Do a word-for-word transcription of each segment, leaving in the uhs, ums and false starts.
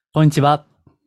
こんにちは。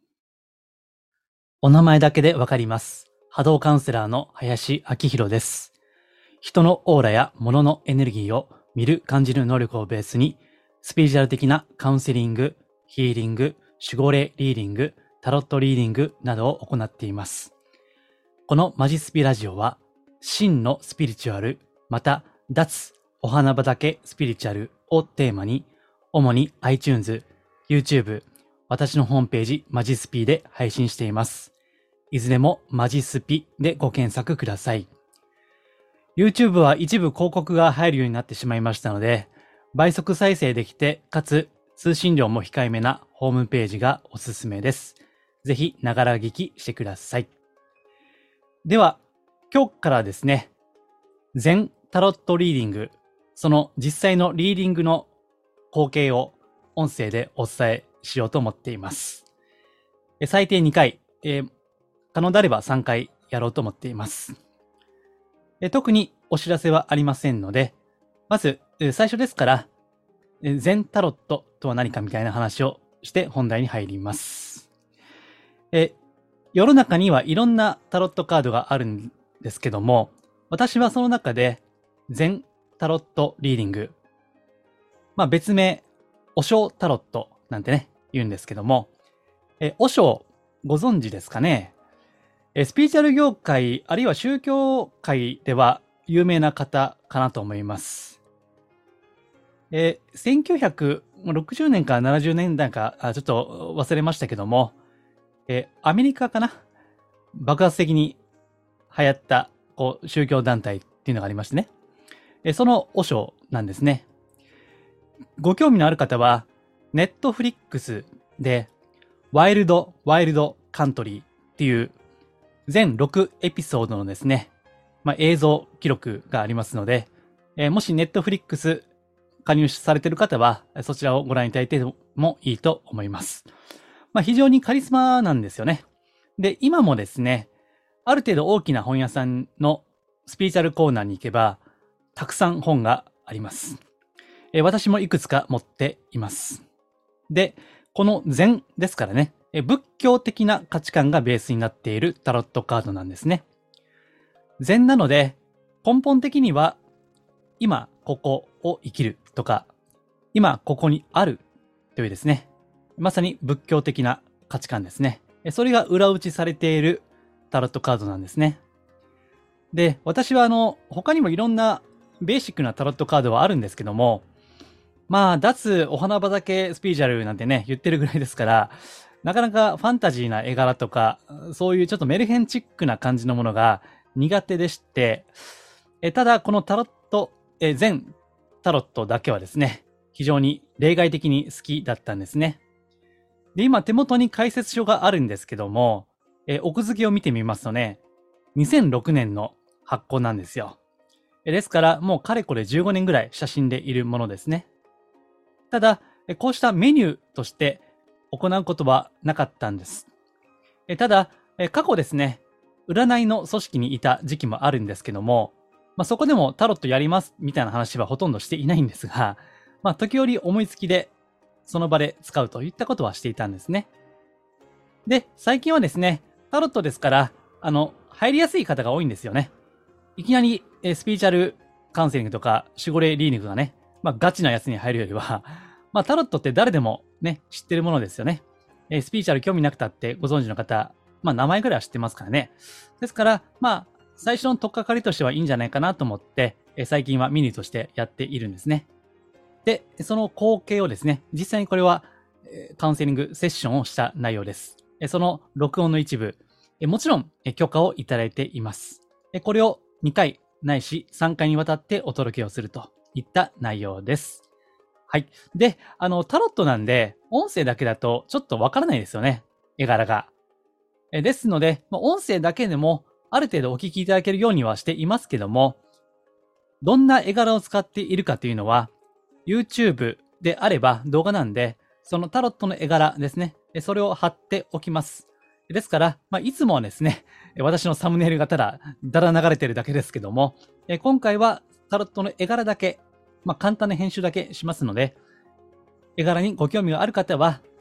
お名前だけでわかります。波動カウンセラーの林明宏です。人のオーラや物のエネルギーを見る、感じる能力をベースに、スピリチュアル的なカウンセリング、ヒーリング、守護霊リーディング、タロットリーディングなどを行っています。このマジスピラジオは、真のスピリチュアル、また脱お花畑スピリチュアルをテーマに、主に iTunes、YouTube、私のホームページマジスピで配信しています。いずれもマジスピでご検索ください。YouTube は一部広告が入るようになってしまいましたので、倍速再生できて、かつ通信料も控えめなホームページがおすすめです。ぜひ、ながら聞きしてください。では、今日からですね、全タロットリーディング、その実際のリーディングの光景を音声でお伝えしようと思っています。最低にかい、えー、可能であればさんかいやろうと思っています。特にお知らせはありませんので、まず最初ですから、全タロットとは何かみたいな話をして本題に入ります。え世の中にはいろんなタロットカードがあるんですけども、私はその中で全タロットリーディング、まあ別名、お正タロットなんてね、言うんですけども、え、お正ご存知ですかね？え、スピリチュアル業界、あるいは宗教界では有名な方かなと思います。え、せんきゅうひゃくろくじゅうねんからななじゅうねんだいか、あ、ちょっと忘れましたけども、え、アメリカかな？爆発的に流行った、こう、宗教団体っていうのがありましてね。え、そのお正なんですね。ご興味のある方は、ネットフリックスで、ワイルド・ワイルド・カントリーっていう全ろくエピソードのですね、まあ、映像記録がありますので、えー、もしネットフリックス加入されている方は、そちらをご覧いただいてもいいと思います。まあ、非常にカリスマなんですよね。で、今もですね、ある程度大きな本屋さんのスピリチュアルコーナーに行けば、たくさん本があります。えー、私もいくつか持っています。で、この禅ですからね、仏教的な価値観がベースになっているタロットカードなんですね。禅なので、根本的には、今ここを生きるとか、今ここにあるというですね、まさに仏教的な価値観ですね。それが裏打ちされているタロットカードなんですね。で、私はあの、他にもいろんなベーシックなタロットカードはあるんですけども、まあ、脱お花畑スピリチュアルなんてね、言ってるぐらいですから、なかなかファンタジーな絵柄とか、そういうちょっとメルヘンチックな感じのものが苦手でして、えただこのタロット、え全タロットだけはですね、非常に例外的に好きだったんですね。で、今手元に解説書があるんですけども、え奥付けを見てみますとね、にせんろくねんの発行なんですよ。ですから、もうかれこれじゅうごねんぐらい写真でいるものですね。ただ、こうしたメニューとして行うことはなかったんです。ただ、過去ですね、占いの組織にいた時期もあるんですけども、まあ、そこでもタロットやりますみたいな話はほとんどしていないんですが、まあ、時折思いつきでその場で使うといったことはしていたんですね。で、最近はですね、タロットですから、あの、入りやすい方が多いんですよね。いきなりスピリチュアルカウンセリングとか守護霊リーディングがね、まあガチなやつに入るよりは、まあタロットって誰でもね、知ってるものですよね。えー、スピリチュアル興味なくたってご存知の方、まあ名前ぐらいは知ってますからね。ですから、まあ最初の取っかかりとしてはいいんじゃないかなと思って、えー、最近はミニとしてやっているんですね。で、その光景をですね、実際にこれは、えー、カウンセリングセッションをした内容です。えー、その録音の一部、えー、もちろん、えー、許可をいただいています。えー、これをにかいないしさんかいにわたってお届けをするといった内容です。はい。で、あの、タロットなんで、音声だけだとちょっとわからないですよね。絵柄が。えですので、音声だけでもある程度お聞きいただけるようにはしていますけども、どんな絵柄を使っているかというのは、YouTube であれば動画なんで、そのタロットの絵柄ですね。それを貼っておきます。ですから、まあ、いつもはですね、私のサムネイルがただ、だら流れてるだけですけども、今回はタロットの絵柄だけ、まあ、簡単な編集だけしますので、絵柄にご興味がある方は、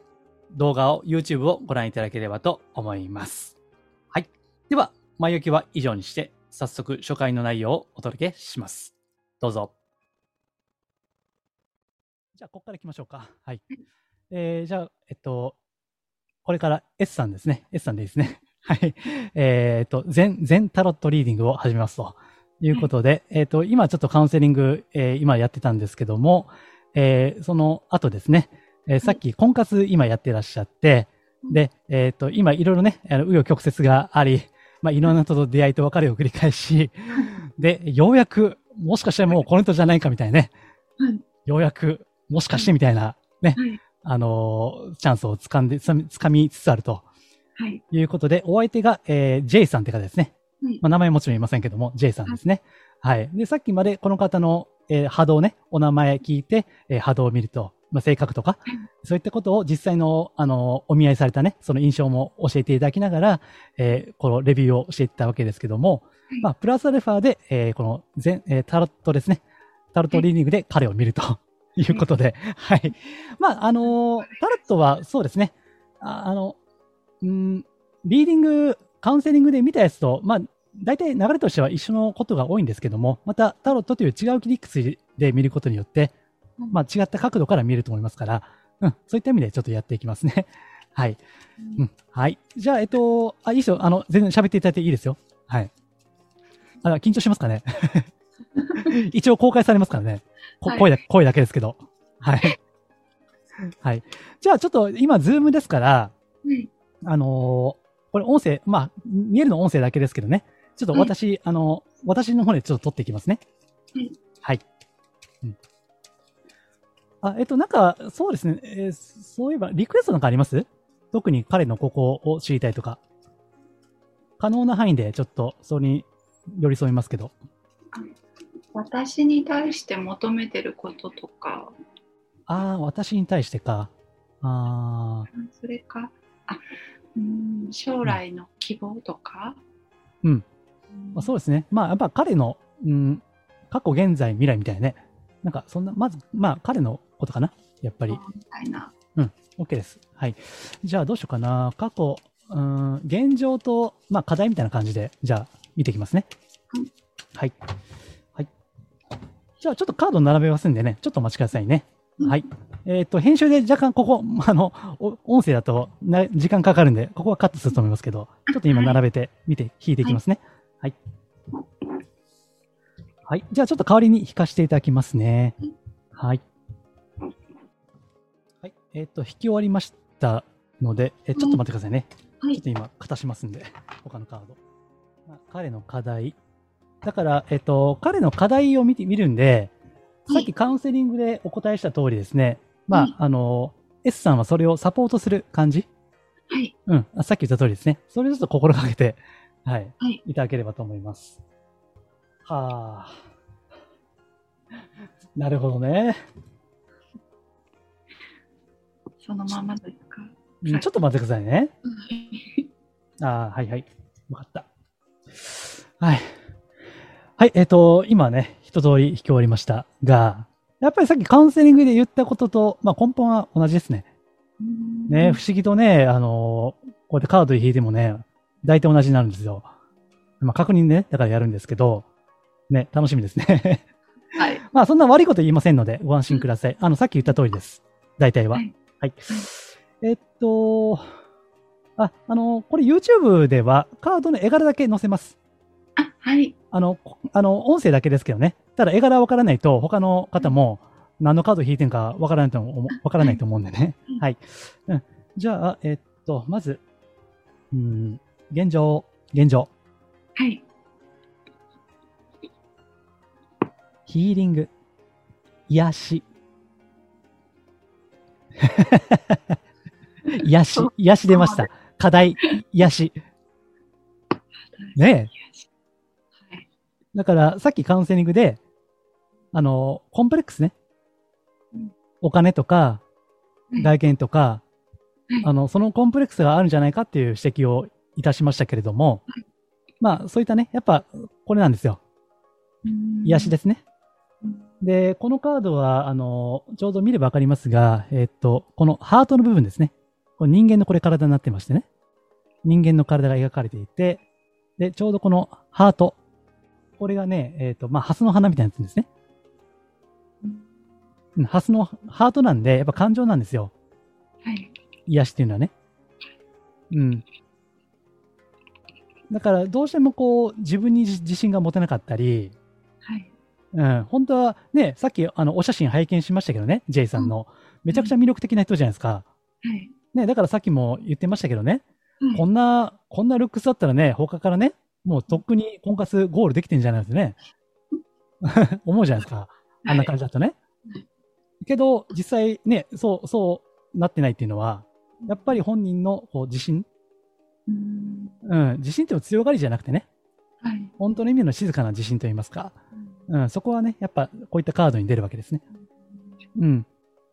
動画を、YouTube をご覧いただければと思います。はい。では、前置きは以上にして、早速初回の内容をお届けします。どうぞ。じゃあ、ここから行きましょうか。はい。えー、じゃあ、えっと、これから S さんですね。S さんでいいですね。はい。えっと、全、全タロットリーディングを始めますということで、えっと、今ちょっとカウンセリング、えー、今やってたんですけども、えー、その後ですね、えー、さっき婚活今やってらっしゃって、で、えっと、今いろいろね、あの、紆余曲折があり、まあ、いろんな人と出会いと別れを繰り返し、で、ようやく、もしかしてもうこの人じゃないかみたいなね、ようやく、もしかしてみたいな、ね、あのー、チャンスをつかんで、つかみつつあると。はい。いうことで、お相手が、えー、J さんって方ですね。はい。まあ、名前もちろん言いませんけども、J さんですね。はい。はい、で、さっきまでこの方の、えー、波動ね、お名前聞いて、えー、波動を見ると、まあ、性格とか、はい、そういったことを実際の、あの、お見合いされたね、その印象も教えていただきながら、えー、このレビューをしていったわけですけども、はい、まあ、プラスアルファで、えー、この全、えー、タロットですね。タロットリーディングで彼を見ると。はいいうことで、はい。まあ、あのー、タロットはそうですね。あ、あの、うん、リーディング、カウンセリングで見たやつと、まあ、大体流れとしては一緒のことが多いんですけども、またタロットという違う切り口で見ることによって、まあ、違った角度から見ると思いますから、うん、そういった意味でちょっとやっていきますね。はい。うん、はい。じゃあ、えっと、あ、いいですよ。あの、全然喋っていただいていいですよ。はい。あ、緊張しますかね一応公開されますからね。はい、声だ、声だけですけど。はい。はい。じゃあちょっと今、ズームですから、はい、あのー、これ音声、まあ、見えるの音声だけですけどね。ちょっと私、はい、あの、私の方でちょっと撮っていきますね。はい。はい。うん、あ、えっと、なんか、そうですね。えー、そういえば、リクエストなんかあります？特に彼のここを知りたいとか。可能な範囲でちょっと、それに寄り添いますけど。 私に対して求めてることとか。 ああ、私に対してか。ああ。 それか、あ、うん、将来の希望とか。 うん。うん、まあ、そうですね。まあ、やっぱ彼の、うん、過去、現在、未来みたいなね。なんか、そんな、まず、まあ、彼のことかな。やっぱり。 みたいな。 うん。OK です。はい。じゃあ、どうしようかな。過去、うん、現状と、まあ、課題みたいな感じで、じゃあ、見ていきますね。うん、はい。はい。じゃあ、ちょっとカード並べますんでね、ちょっとお待ちくださいね。うん、はい。えっと、編集で若干ここ、あの、音声だとな時間かかるんで、ここはカットすると思いますけど、ちょっと今並べて、見て、弾いていきますね。はい。はい。じゃあ、ちょっと代わりに弾かせていただきますね。はい。はい。えっと、弾き終わりましたので、えちょっと待ってくださいね。はい、ちょっと今、かたしますんで、他のカード。まあ、彼の課題。だから、えっと、彼の課題を見てみるんで、さっきカウンセリングでお答えした通りですね。まあ、はい、あの、S さんはそれをサポートする感じ。はい。うん。さっき言った通りですね。それをちょっと心がけて、はい。はい。いただければと思います。はあ。なるほどね。 そのままですか。 うん、ちょっと待ってくださいね。ああ、はいはい。わかった。はい。はい、えっと、今ね、一通り弾き終わりましたが、やっぱりさっきカウンセリングで言ったことと、まあ根本は同じですね。ね、不思議とね、あの、こうやってカードで引いてもね、大体同じになるんですよ。まあ確認ね、だからやるんですけど、ね、楽しみですね。はい。まあそんな悪いこと言いませんので、ご安心ください。あの、さっき言った通りです。大体は。はい。はい、えっと、あ、あの、これ YouTube ではカードの絵柄だけ載せます。 あ、はい。 あの、あの、音声だけですけどね。ただ絵柄わからないと、他の方も何のカード引いてるかわからないと思う、わからないと思うんでね。はい。うん、じゃあ、えっと、まず、うん、現状、現状。 はい。 ヒーリング、癒し。癒し、癒し出ました。課題、癒し。ねえ。だから、さっきカウンセリングで、あの、コンプレックスね。うん、お金とか、外見とか、うん、あの、そのコンプレックスがあるんじゃないかっていう指摘をいたしましたけれども、うん、まあ、そういったね、やっぱ、これなんですよ。癒しですね。で、このカードは、あの、ちょうど見ればわかりますが、えっと、このハートの部分ですね。 これ人間のこれ体になってましてね。人間の体が描かれていて、で、ちょうどこのハート。これがね、えっと、まあ、ハスの花みたいなやつですね。うん、ハスのハートなんで、やっぱ感情なんですよ。 はい。 癒しっていうのはね。うん。だから、どうしてもこう、自分に自信が持てなかったり、 はい。 うん、本当はね、さっきあのお写真拝見しましたけどね、J さんの。めちゃくちゃ魅力的な人じゃないですか。 はい。 ね、だからさっきも言ってましたけどね、 はい。 こんな、こんなルックスだったらね、他からね、もうとっくに婚活ゴールできてんじゃないですね。思うじゃないですか。あんな感じだとね。 はいけど、実際ね、そう、そうなってないっていうのは、やっぱり本人のこう自信、 うん。 うん、自信っていうのは強がりじゃなくてね、 はい。 本当の意味の静かな自信といいますか、うん、そこはね、やっぱこういったカードに出るわけですね。うん。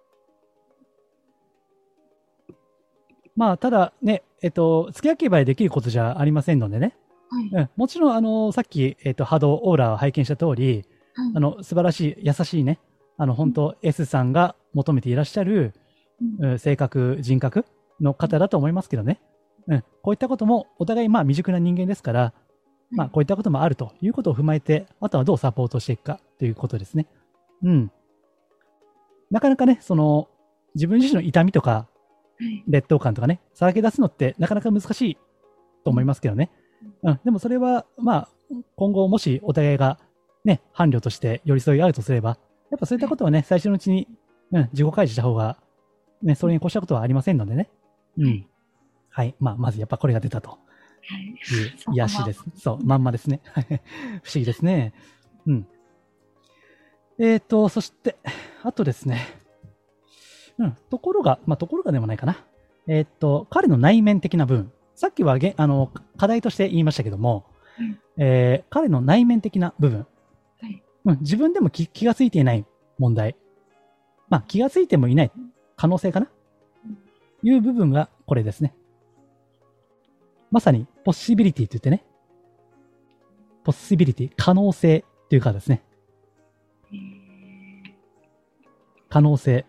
まあ、ただね、えっと、付け焼き刃でできることじゃありませんのでね。 はい。 うん、もちろん、あの、さっき、えっと、波動、オーラを拝見した通り、 はい。 あの、素晴らしい、優しいね、あの、本当 S さんが求めていらっしゃる、 うんうん、性格、人格の方だと思いますけどね。うん、こういったことも、お互い、まあ、未熟な人間ですから、まあ、こういったこともあるということを踏まえて、あとはどうサポートしていくかということですね。うん。なかなかね、その、自分自身の痛みとか、 はい劣等感とかね、さらけ出すのってなかなか難しいと思いますけどね。うん、でもそれは、まあ、今後もしお互いがね、伴侶として寄り添い合うとすれば、やっぱそういったことはね、最初のうちに、うん、自己開示した方が、ね、それに越したことはありませんのでね。うん。はい。まあ、まずやっぱこれが出たとはい。 いう癒しです。そう、まんまですね。不思議ですね。うん。えーと、そして、あとですね。うん。ところが、まあ、ところがでもないかな。えーっと、彼の内面的な部分。さっきはげあの課題として言いましたけども、 はいえー彼の内面的な部分。 はいうん、自分でも気気がついていない問題。まあ、気がついてもいない可能性かないう部分がこれですね。まさに、ポッシビリティと言ってね。ポッシビリティ、可能性というかですね。 えー可能性。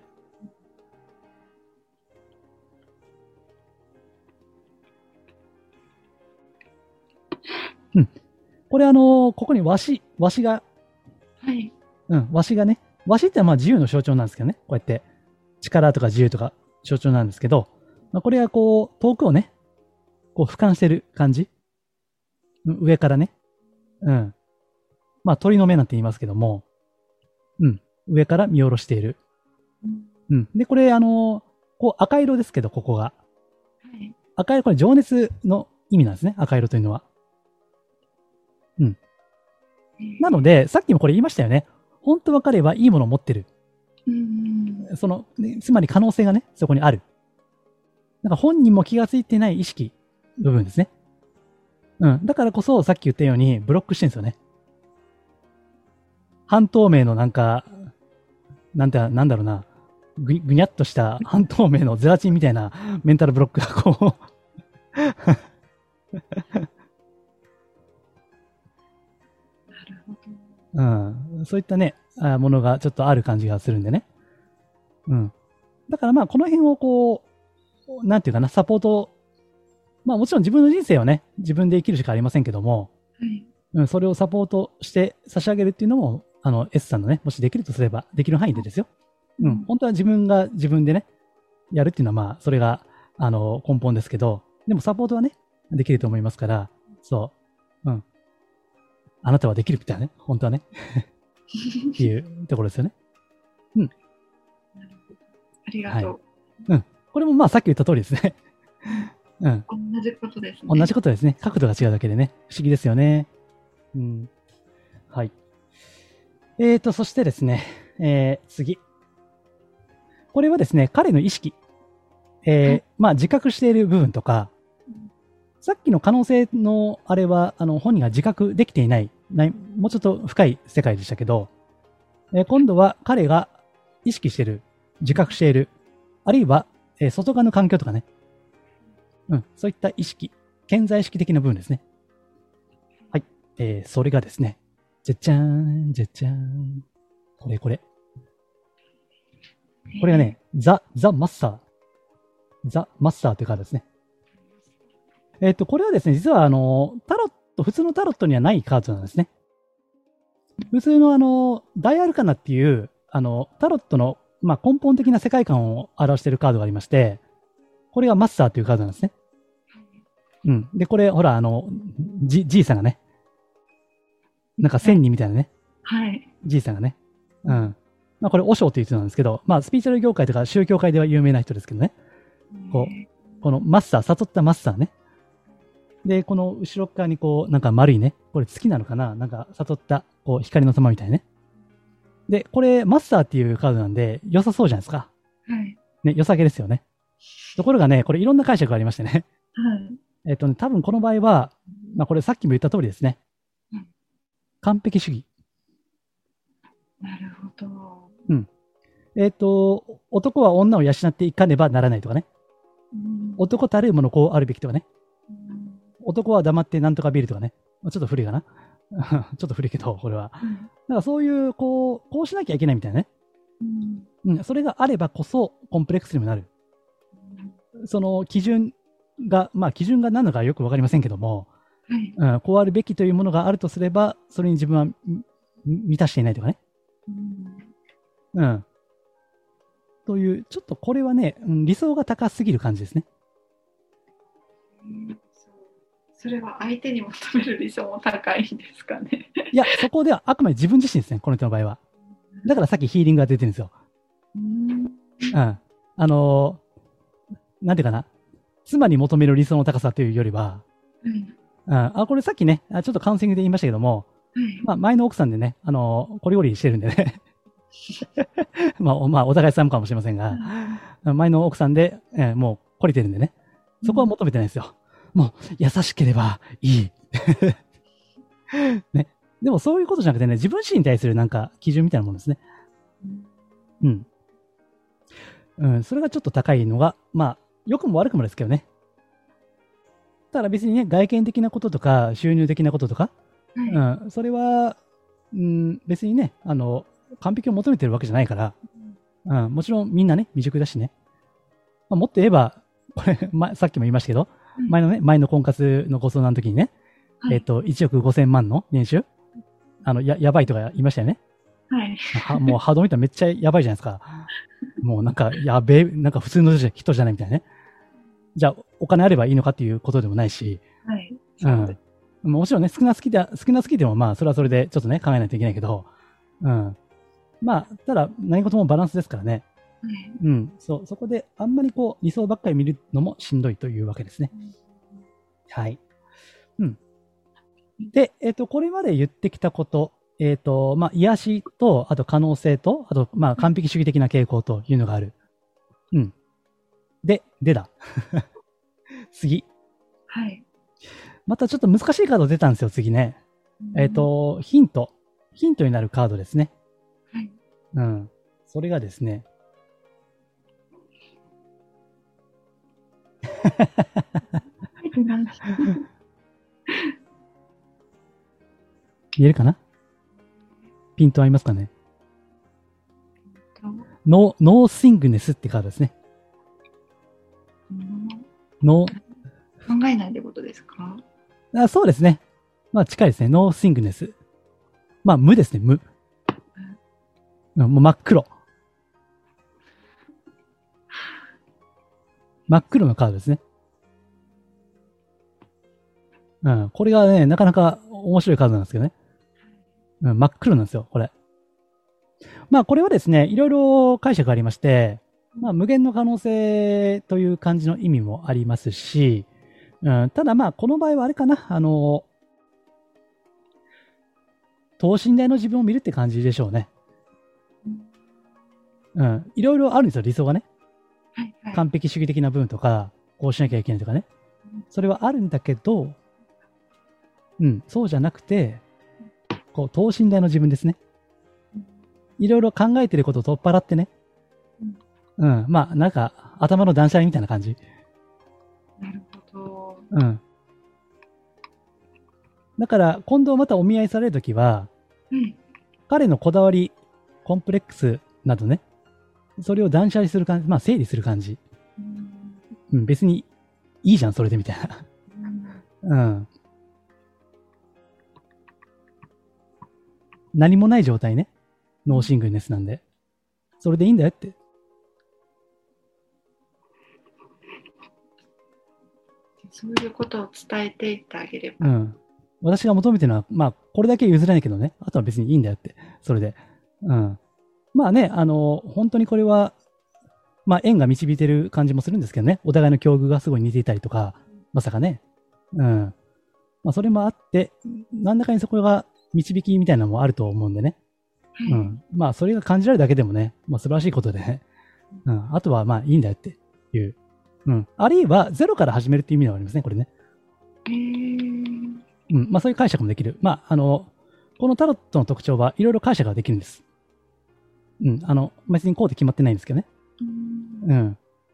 うん。これあのーここにわし、わしが、 はいうん、わしがね、わしってまあ自由の象徴なんですけどね。こうやって、力とか自由とか象徴なんですけど、まあ、これはこう、遠くをね、こう俯瞰してる感じ。うん上からね。うん。まあ鳥の目なんて言いますけども、うん。上から見下ろしている。 うんうん。で、これあのーこう赤色ですけど、ここが。 はい赤色、これ情熱の意味なんですね。赤色というのは。うん。 えーなので、さっきもこれ言いましたよね。本当は彼はいいものを持ってる。 うんその、ねつまり可能性がね、そこにある。なんか本人も気がついてない意識部分ですね。うん。だからこそ、さっき言ったように、ブロックしてるんですよね。半透明のなんか、なんて、なんだろうな、ぐぐにゃっとした半透明のゼラチンみたいなメンタルブロックがこなるほどう、うん。そういったね、あものがちょっとある感じがするんでね。うん。だからまあ、この辺をこう、なんていうかな、サポート、まあもちろん自分の人生をね、自分で生きるしかありませんけども、 はいうん、それをサポートして差し上げるっていうのも、あの、S さんのね、もしできるとすれば、できる範囲でですよ。うん、本当は自分が自分でね、やるっていうのはまあ、それが、あの、根本ですけど、でもサポートはね、できると思いますから、そう、うん。あなたはできるみたいなね、本当はね、っていうところですよね。 ありがとう、 うん。これもまあ、さっき言った通りですね。うん。 同じことですね同じことですね。角度が違うだけでね、不思議ですよね。うん。はい。えーと、そしてですね、えー、次。これはですね、彼の意識。えーはいまあ、自覚している部分とか、さっきの可能性のあれは、あの、本人が自覚できていない、ないもうちょっと深い世界でしたけど、えー今度は彼が意識している、自覚している、あるいは、えー外側の環境とかね、うん、そういった意識、潜在意識的な部分ですね。はい。えーそれがですね、じゃじゃーん、じゃじゃーん。これこれ。これがね、ザ・ザ・マスター。 ザ・マスターというカードですね。えっと、これはですね、実はあの、タロット、普通のタロットにはないカードなんですね。普通のあの、大アルカナっていう、あの、タロットの、まあ、根本的な世界観を表しているカードがありまして、これがマスターというカードなんですね。うん。で、これ、ほら、あの、じ、じいさんがね、なんか千人みたいなね、 はい。 じいさんがね、うん。まあ、これ、和尚という人なんですけど、まあ、スピーチャル業界とか宗教界では有名な人ですけどね、こう、このマスター、悟ったマスターね。で、この後ろ側にこう、なんか丸いね、これ月なのかな、なんか悟った、こう、光の玉みたいなね。で、これ、マスターっていうカードなんで、良さそうじゃないですか。 はい。 ね、良さげですよね。ところがね、これいろんな解釈がありましてね。 はい。 えっとね、多分この場合は、まあこれさっきも言った通りですね。 うん完璧主義。 なるほど。 うん。えっと、男は女を養っていかねばならないとかね。 うん男たるものこうあるべきとかね。 うん男は黙ってなんとかビールとかね。ちょっと古いかな。ちょっと古いけど、これは。 うんだからそういう、こう、こうしなきゃいけないみたいなね。 うんうん。それがあればこそ、コンプレックスにもなる。その基準が、まあ基準が何なのかよくわかりませんけども、 はい。 うん、こうあるべきというものがあるとすれば、それに自分はみ満たしていないとかね。 うんうん。という、ちょっとこれはね、うん理想が高すぎる感じですね。 そうそれは相手に求める理想も高いんですかね。 いや、そこではあくまで自分自身ですね、この人の場合は。だからさっきヒーリングが出てるんですよ。 うんうん。あのーなんていうかな。妻に求める理想の高さというよりは、 はいうん、あ、これさっきね、あちょっとカウンセリングで言いましたけども、 はいまあ、前の奥さんでね、あのーこりごりしてるんでね。まあ、おまあ、お互い様かもしれませんが、前の奥さんで、えーもう、懲りてるんでね。そこは求めてないですよ。もう、優しければいい。ね。でもそういうことじゃなくてね、自分自身に対するなんか基準みたいなもんですね。うん。うん、それがちょっと高いのが、まあ、良くも悪くもですけどね。ただ別にね、外見的なこととか、収入的なこととか、 はいうん、それは、うん、別にね、あの、完璧を求めてるわけじゃないから、うん、もちろんみんなね、未熟だしね。まあ、もっと言えば、これ、ま、さっきも言いましたけど、前のね、前の婚活のご相談の時にね、 はいえっと、いちおくごせん万の年収あの、や、やばいとか言いましたよね。 はいはもう波動見たらめっちゃやばいじゃないですか。もうなんか、やべえ、なんか普通の人じゃないみたいなね。じゃあ、お金あればいいのかっていうことでもないし、 はい。 うん。もちろんね、少なすぎて、少なすぎてもまあ、それはそれでちょっとね、考えないといけないけど、うん。まあ、ただ、何事もバランスですからね。 はいうん。そう、そこであんまりこう、理想ばっかり見るのもしんどいというわけですね。はい。うん。で、えっ、と、これまで言ってきたこと、えっ、と、まあ、癒しと、あと可能性と、あと、まあ、完璧主義的な傾向というのがある。うん。で、でだ。次。 はい。 またちょっと難しいカード出たんですよ、次ね。えっ、と、ヒント。ヒントになるカードですね。 はい。 うん。それがですね。言えるかなピント合いますかねノー、ノーシングネスってカードですね。ノー、 考えないってことですか？ あそうですね。まあ近いですね。ノーシングネス。まあ無ですね、無。うんもう真っ黒。真っ黒のカードですね。うん。これがね、なかなか面白いカードなんですけどね。うん、真っ黒なんですよ、これ。まあこれはですね、いろいろ解釈がありまして、まあ無限の可能性という感じの意味もありますし、うん、ただまあこの場合はあれかな、あの、等身大の自分を見るって感じでしょうね。うん。いろいろあるんですよ、理想がね。 はいはい。 完璧主義的な部分とか、こうしなきゃいけないとかね。それはあるんだけど、うん、そうじゃなくて、こう、等身大の自分ですね。いろいろ考えてることを取っ払ってね。うん、まあ、なんか、頭の断捨離みたいな感じ。 なるほど。 うん。だから、今度またお見合いされるときは、 はい。 彼のこだわり、コンプレックスなどね、それを断捨離する感じ、まあ整理する感じ。 うん、別にいいじゃん、それでみたいな。うん。何もない状態ね。ノーシングルネスなんで。それでいいんだよって。 そういうことを伝えていってあげれば。 うん。私が求めてるのは、まあ、これだけ譲らないけどね。あとは別にいいんだよって。それで。うん。まあね、あの、本当にこれは、まあ、縁が導いてる感じもするんですけどね。お互いの境遇がすごい似ていたりとか、まさかね。うん。まあ、それもあって、何らかにそこが導きみたいなのもあると思うんでね。 はい、 うん。まあ、それが感じられるだけでもね、まあ、素晴らしいことでね。うん。あとは、まあ、いいんだよっていう。うん。あるいは、ゼロから始めるっていう意味ではありますね、これね。 へー。 うん。まあ、そういう解釈もできる。まあ、あの、このタロットの特徴はいろいろ解釈ができるんです。うん。あの、別にこうって決まってないんですけどね。うん。うん。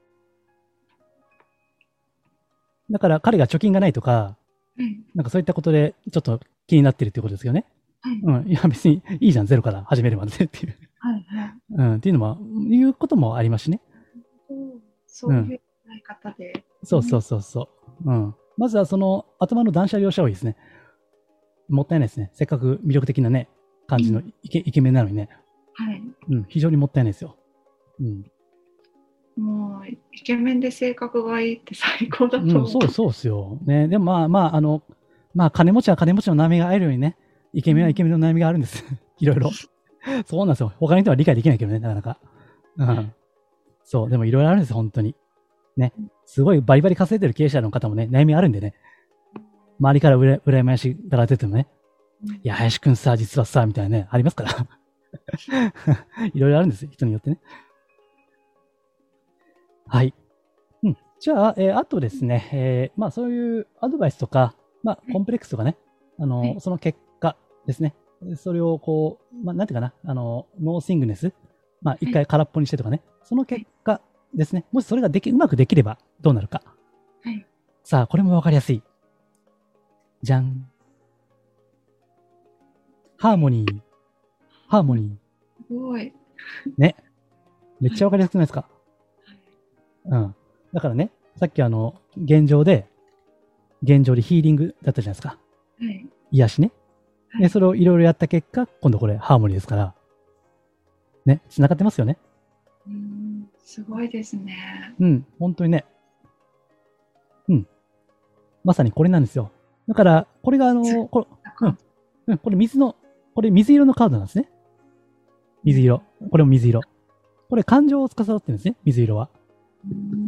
だから、彼が貯金がないとか、 はい、 なんかそういったことで、ちょっと気になってるっていうことですよね。 はい、 うん。いや、別にいいじゃん、ゼロから始めるまでっていう。 はいはい。 うん。っていうのも、いうこともありますしね。 そういう捉え方で。うん、 そうそうそうそう。うん。まずはその頭の断捨離をした方がいいですね。もったいないですね。せっかく魅力的なね、感じのイケ,、イケメンなのにね。 はい。 うん。非常にもったいないですよ。うん。 もう、イケメンで性格がいいって最高だと思う。 うん、そうそうですよ。ね。でもまあまあ、あの、まあ、金持ちは金持ちの悩みがあるようにね、イケメンはイケメンの悩みがあるんです。いろいろ。そうなんですよ。他の人は理解できないけどね、なかなか。うん。そう。でもいろいろあるんです、本当に。ね。すごいバリバリ稼いでる経営者の方もね、悩みあるんでね。周りからうら羨ましがられててもね。いや、林くんさ、実はさ、みたいなね、ありますから。いろいろあるんですよ、人によってね。はい。うん。じゃあ、えーあとですね、えーまあそういうアドバイスとか、まあコンプレックスとかね、あの、 はい、 その結果ですね、それをこう、まあなんていうかな、あの、ノーシングネス、まあ一回空っぽにしてとかね、その結果ですね、もしそれができ、うまくできればどうなるか。 はい。 さあ、これもわかりやすい。じゃん。ハーモニー。ハーモニすごい。 ー。ね。めっちゃわかりやすくないですか。うん。だからね、さっきあの、現状で、現状でヒーリングだったじゃないですか。 はい。 癒しね。で、それをいろいろやった結果、今度これハーモニーですから、ね、繋がってますよね。 うん、すごいですね。 うん、本当にね。うん。まさにこれなんですよ。だから、これがあの、これ、うん、うん、これ水の、これ水色のカードなんですね。水色。これも水色。これ感情を司ってるんですね、水色は。 うん、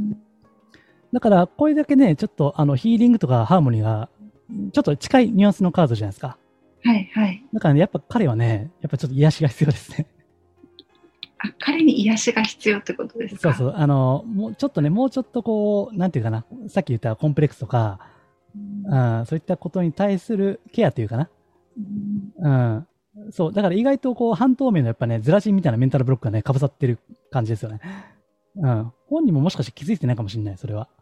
だから、これだけね、ちょっとあの、ヒーリングとかハーモニーが、ちょっと近いニュアンスのカードじゃないですか。 はいはい。 だからね、やっぱ彼はね、やっぱちょっと癒しが必要ですね。 あ、彼に癒しが必要ってことですか。 そうそう。あの、もうちょっとね、もうちょっとこう、なんていうかな、さっき言ったコンプレックスとか、 うん、 あそういったことに対するケアというかな。 うん、 うん。そう。だから意外とこう、半透明のやっぱね、ズラジンみたいなメンタルブロックがね、かぶさってる感じですよね。うん。本人ももしかして気づいてないかもしれない、それは。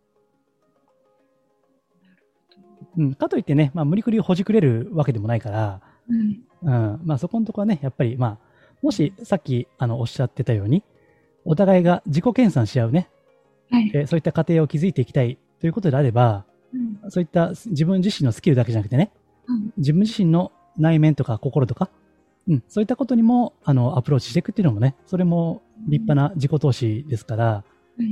うん。かといってね、まあ、無理くりほじくれるわけでもないから、 うん、 うん。まあ、そこのところはね、やっぱり、まあ、もし、さっき、あの、おっしゃってたように、お互いが自己研鑽し合うね、 はい、 えそういった過程を築いていきたいということであれば、 うん、 そういった自分自身のスキルだけじゃなくてね、 うん、 自分自身の内面とか心とか、うん、そういったことにも、あの、アプローチしていくっていうのもね、それも立派な自己投資ですから、 はい、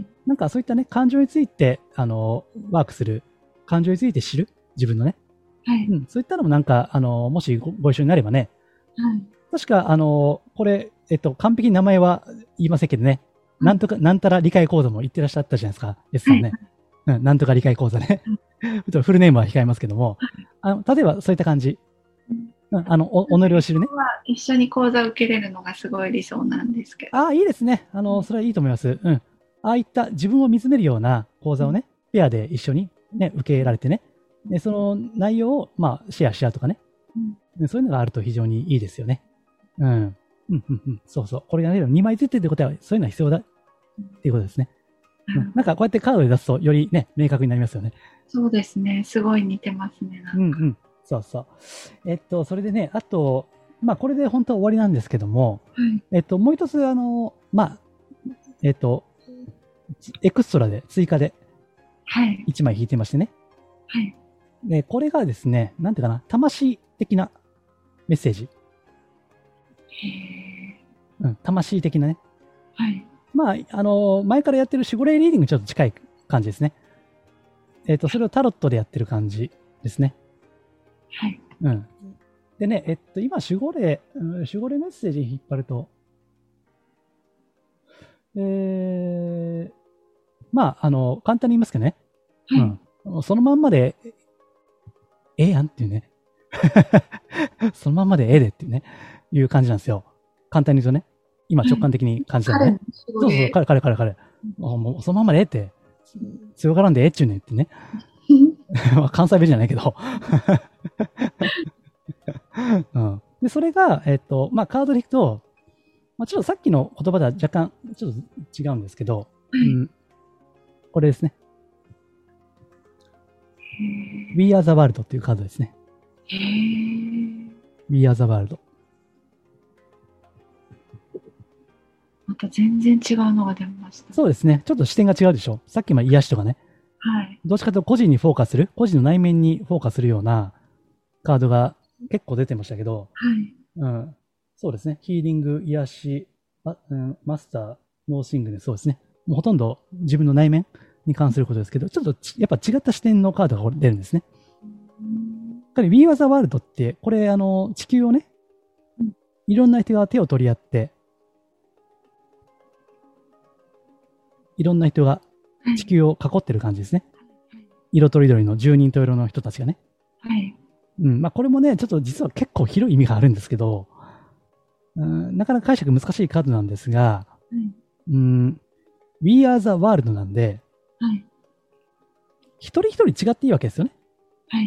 なんかそういったね、感情について、あの、ワークする、感情について知る、自分のね、 はい、 うん、そういったのもなんか、あの、もしごご一緒になればね、 はい、 確か、あの、これ、えっと、完璧に名前は言いませんけどね、なんとか、なんたら理解講座も言ってらっしゃったじゃないですか、S さんね。うん、なんとか理解講座ね。フルネームは控えますけども、あの、例えばそういった感じ。うん、あの、お、己を知るね。 一緒に講座を受けれるのがすごい理想なんですけど。 ああ、いいですね。あの、それはいいと思います。うん。ああいった自分を見つめるような講座をね、ペアで一緒にね、受けられてね。で、その内容を、まあ、シェアし合うとかね。うん、そういうのがあると非常にいいですよね。うん。うん、うん、うん。そうそう。これがね、にまいずつってことは、そういうのは必要だっていうことですね。うん、なんかこうやってカードで出すと、よりね、明確になりますよね。 そうですね。すごい似てますね。なんか。 うんうん。そうそう。えっと、それでね、あと、まあ、これで本当は終わりなんですけども、 はい、 えっと、もう一つ、あの、まあ、えっと、エクストラで、追加で、 はい。 いちまい引いてましてね。 はい。 で、これがですね、なんていうかな、魂的なメッセージ。 へえ。 うん、魂的なね。 はい。 まあ、あのー前からやってる守護霊リーディングにちょっと近い感じですね。えっ、と、それをタロットでやってる感じですね。 はい。 うん。でね、えっと、今、守護霊、うん、守護霊メッセージ引っ張ると、えー、まあ、あの、簡単に言いますけどね。 はい。 うん。そのまんまで、ええやんっていうね。そのまんまでええでっていうね、いう感じなんですよ。簡単に言うとね。今直感的に感じたのね。そうそうそう、彼、彼、彼、彼。もうもうそのまんまでええって。強がらんでええっちゅうねんってね。関西弁じゃないけど。うん。で、それが、えっと、まあ、カードでいくと、まあ、ちょっとさっきの言葉とは若干、ちょっと違うんですけど、うん、これですね。We are the world っていうカードですね。 へー。 We are the world。 また全然違うのが出ました。 そうですね。ちょっと視点が違うでしょ。さっきまで癒しとかね。 はい。 どっちかというと個人にフォーカスする、個人の内面にフォーカスするようなカードが結構出てましたけど、 はい。 うん、そうですね。ヒーリング、癒し、あうん、マスター、ノーシングでそうですね。もうほとんど自分の内面に関することですけど、ちょっとやっぱ違った視点のカードが出るんですね。やっぱり We are the world って、これ、あの、地球をね、いろんな人が手を取り合って、いろんな人が地球を囲ってる感じですね。色とりどりの十人十色の人たちがね。 はい。 うん、まあこれもね、ちょっと実は結構広い意味があるんですけど、うん、なかなか解釈難しいカードなんですが、うん、We are the world なんで、 はい。 一人一人違っていいわけですよね。 はい。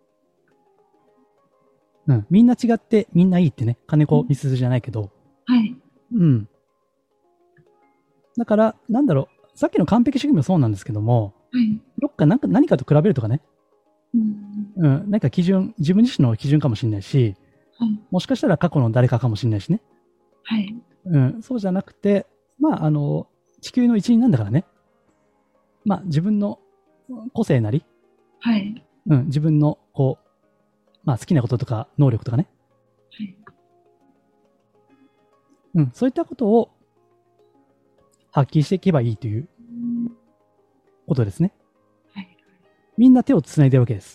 うん、みんな違ってみんないいってね、金子みすずじゃないけど、 はい。 うん。だから、なんだろう、さっきの完璧主義もそうなんですけども、 はい。 どっかなんか何かと比べるとかね、 うん。 うん、何か基準、自分自身の基準かもしれないし、 はい。 もしかしたら過去の誰かかもしれないしね、 はい。 うん、そうじゃなくて、まあ、あの、地球の一員なんだからね、まあ、自分の個性なり、 はい。 うん、自分の、こう、まあ、好きなこととか、能力とかね、 はい。 うん、そういったことを発揮していけばいいということですね。 はい。 みんな手をつないでるわけです。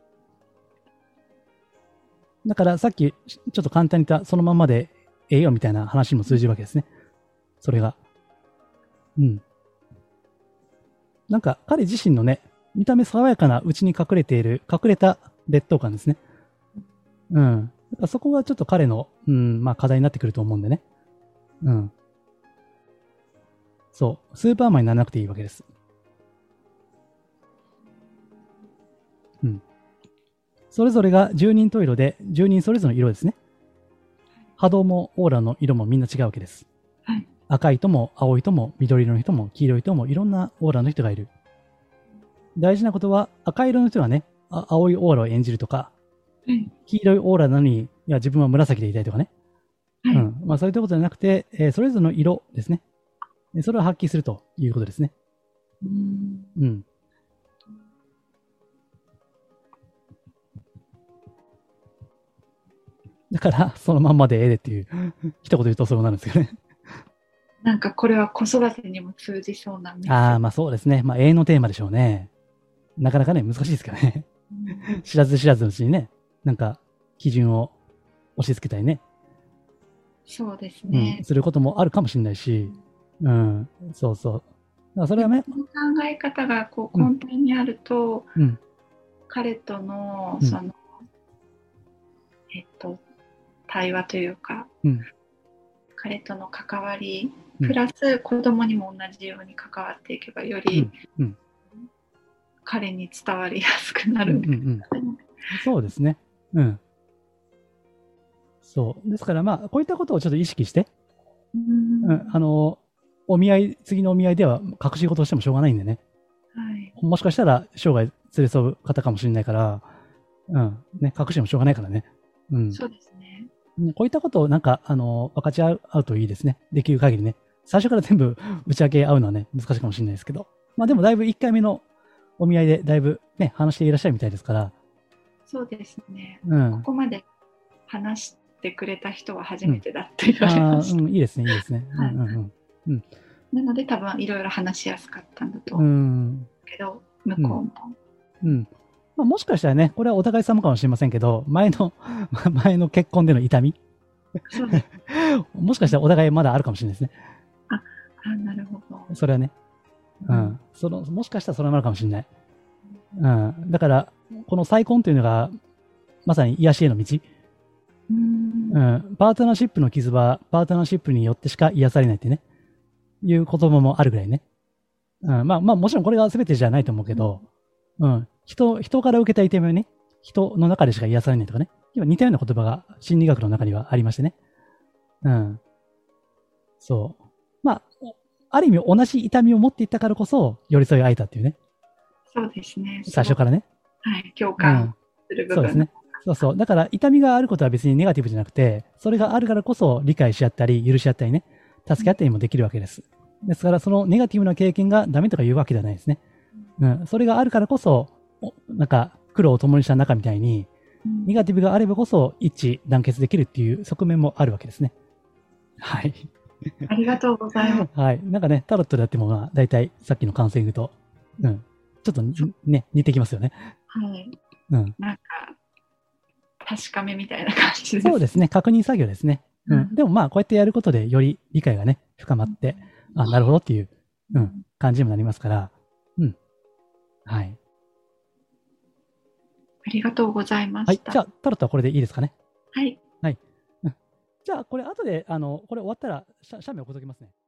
だからさっきちょっと簡単に言ったそのままでええよみたいな話にも通じるわけですね。それが。うん。なんか彼自身のね、見た目爽やかな内に隠れている隠れた劣等感ですね。うん。だからそこがちょっと彼の、うん、まあ課題になってくると思うんでね。うん。そう。スーパーマンにならなくていいわけです。うん。それぞれがじゅうにん十色で、じゅうにんそれぞれの色ですね。波動もオーラの色もみんな違うわけです。 はい。 赤い人も青い人も緑色の人も黄色い人もいろんなオーラの人がいる。大事なことは赤色の人はね、あ青いオーラを演じるとか、 はい。 黄色いオーラなのに、いや自分は紫でいたいとかね。 はい。 うん。まあそういったことじゃなくて、えーそれぞれの色ですね。それを発揮するということですね。 うん。 うん。だから、そのまんまでええでっていう、一言言うとそうなるんですよね。 なんかこれは子育てにも通じそうなメッセージ。 ああ、まあそうですね。まあ永遠のテーマでしょうね。なかなかね、難しいですからね。 うん。 知らず知らずのうちにね、なんか、基準を押し付けたりね、 そうですうん、 ね。 することもあるかもしれないし、うん、そうそう。だからそれはね、 この考え方がこううん根底にあると、 うん、 彼とのうんその、えっと対話というか、 うん、 彼との関わりうんプラス子供にも同じように関わっていけばよりうん、うん、 彼に伝わりやすくなうん、 るうんん、そうですね。うん。そう。ですからまあ、こういったことをちょっと意識して、 うんうん、あの、お見合い、次のお見合いでは隠し事をしてもしょうがないんでね。 はい。 もしかしたら生涯連れ添う方かもしれないから、うん、ね、隠してもしょうがないからね。うん。 そうですね。 こういったことをなんか、あの、分かち合う合うといいですね。できる限りね。最初から全部打ち明け合うのはね、難しいかもしれないですけど。まあでもだいぶいっかいめのお見合いでだいぶね、話していらっしゃるみたいですから。 そうですね。 うん。 ここまで話してくれた人は初めてだって言われました。 うん、いいですね、いいですね。 はいうんうんうん。 なので多分いろいろ話しやすかったんだとう思うん。 けど、向こうも。 うん。まあ、もしかしたらね、これはお互い様かもしれませんけど、前の、前の結婚での痛みそうです。 もしかしたらお互いまだあるかもしれないですね。 あ、あなるほど。 それはね。ううんん。 その、もしかしたらそれもあるかもしれない。うん。だから、この再婚というのが、まさに癒しへの道。 うんうん。パートナーシップの傷は、パートナーシップによってしか癒されないってね。いう言葉もあるぐらいね。うん。まあまあ、もちろんこれが全てじゃないと思うけど、うん。人、人から受けた痛みはね、人の中でしか癒されないとかね。今似たような言葉が心理学の中にはありましてね。うん。そう。まあ、ある意味同じ痛みを持っていったからこそ、寄り添い合えたっていうね。 そうですね。 最初からね。 はい。共感する部分、 そうですね。そうそう。だから痛みがあることは別にネガティブじゃなくて、それがあるからこそ理解し合ったり、許し合ったりね、助け合ったりもできるわけです。ですから、そのネガティブな経験がダメとか言うわけではないですね。うん。それがあるからこそ、なんか苦労を共にした仲みたいに、ネガティブがあればこそ一致団結できるっていう側面もあるわけですね。はい。 ありがとうございます。 はい。なんかね、タロットでやっても、まあ、大体さっきのカウンセリングと、うん。ちょっとね、似てきますよね。 はい。 うん。 なんか、確かめみたいな感じです。 そうですね。確認作業ですね。うん。でもまあ、こうやってやることで、より理解がね、深まって、あ、なるほどっていう、うん、感じにもなりますから、うん。はい。 ありがとうございまはい。 した。 じゃあ、タロットはこれでいいですかね。 はい。 はい。うん。じゃあ、これ後で、あの、これ終わったら、写メ送っときますね。